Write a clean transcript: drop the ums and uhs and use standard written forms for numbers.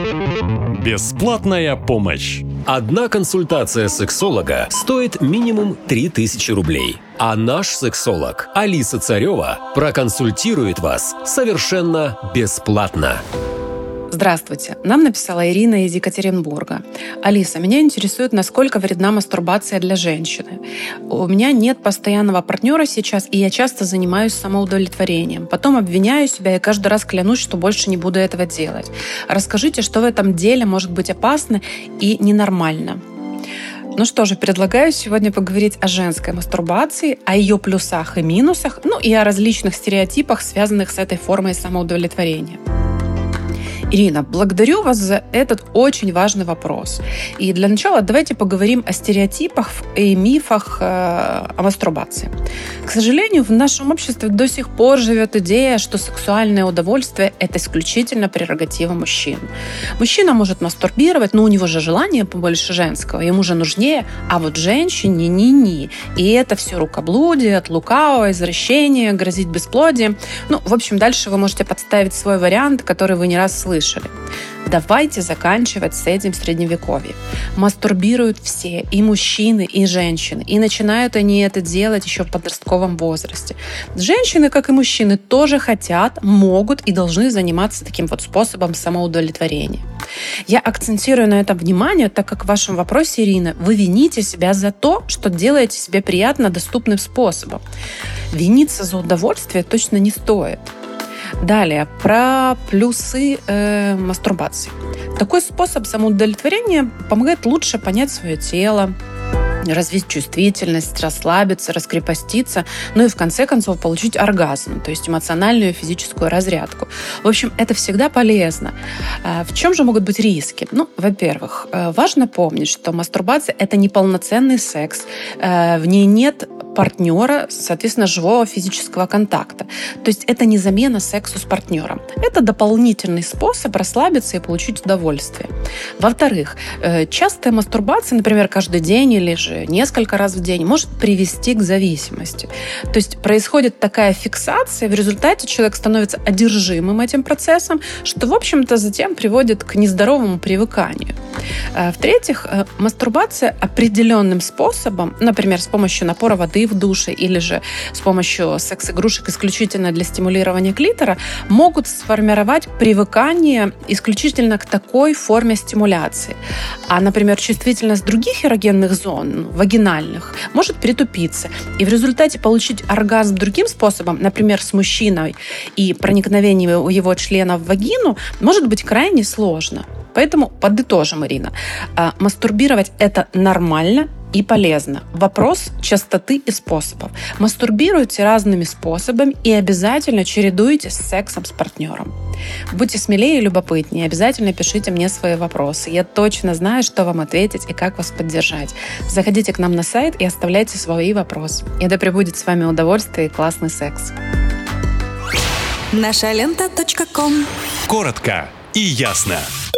Бесплатная помощь. Одна консультация сексолога стоит минимум 3000 рублей. А наш сексолог Алиса Царева проконсультирует вас совершенно бесплатно. Здравствуйте. Нам написала Ирина из Екатеринбурга. Алиса, меня интересует, насколько вредна мастурбация для женщины. У меня нет постоянного партнера сейчас, и я часто занимаюсь самоудовлетворением. Потом обвиняю себя и каждый раз клянусь, что больше не буду этого делать. Расскажите, что в этом деле может быть опасно и ненормально. Ну что же, предлагаю сегодня поговорить о женской мастурбации, о ее плюсах и минусах, и о различных стереотипах, связанных с этой формой самоудовлетворения. Ирина, благодарю вас за этот очень важный вопрос. И для начала давайте поговорим о стереотипах и мифах о мастурбации. К сожалению, в нашем обществе до сих пор живет идея, что сексуальное удовольствие – это исключительно прерогатива мужчин. Мужчина может мастурбировать, но у него же желание побольше женского, ему же нужнее, а вот женщине – ни-ни. И это все рукоблудие, от лукавого, извращения, грозить бесплодием. В общем, дальше вы можете подставить свой вариант, который вы не раз слышали. Давайте заканчивать с этим в Средневековье. Мастурбируют все, и мужчины, и женщины. И начинают они это делать еще в подростковом возрасте. Женщины, как и мужчины, тоже хотят, могут и должны заниматься таким вот способом самоудовлетворения. Я акцентирую на этом внимание, так как в вашем вопросе, Ирина, вы вините себя за то, что делаете себе приятно доступным способом. Виниться за удовольствие точно не стоит. Далее, про плюсы мастурбации. Такой способ самоудовлетворения помогает лучше понять свое тело, развить чувствительность, расслабиться, раскрепоститься, и в конце концов получить оргазм, то есть эмоциональную и физическую разрядку. В общем, это всегда полезно. В чем же могут быть риски? Во-первых, важно помнить, что мастурбация – это не полноценный секс, в ней нет партнера, соответственно, живого физического контакта. То есть это не замена сексу с партнером. Это дополнительный способ расслабиться и получить удовольствие. Во-вторых, частая мастурбация, например, каждый день или же несколько раз в день, может привести к зависимости. То есть происходит такая фиксация, в результате человек становится одержимым этим процессом, что, в общем-то, затем приводит к нездоровому привыканию. В-третьих, мастурбация определенным способом, например, с помощью напора воды в душе или же с помощью секс-игрушек исключительно для стимулирования клитора, могут сформировать привыкание исключительно к такой форме стимуляции. А, например, чувствительность других эрогенных зон, вагинальных, может притупиться. И в результате получить оргазм другим способом, например, с мужчиной и проникновение его члена в вагину, может быть крайне сложно. Поэтому подытожим, Ирина. Мастурбировать – это нормально и полезно. Вопрос частоты и способов. Мастурбируйте разными способами и обязательно чередуйте с сексом с партнером. Будьте смелее и любопытнее. Обязательно пишите мне свои вопросы. Я точно знаю, что вам ответить и как вас поддержать. Заходите к нам на сайт и оставляйте свои вопросы. И да пребудет с вами удовольствие и классный секс. Нашалента.ком. Коротко и ясно.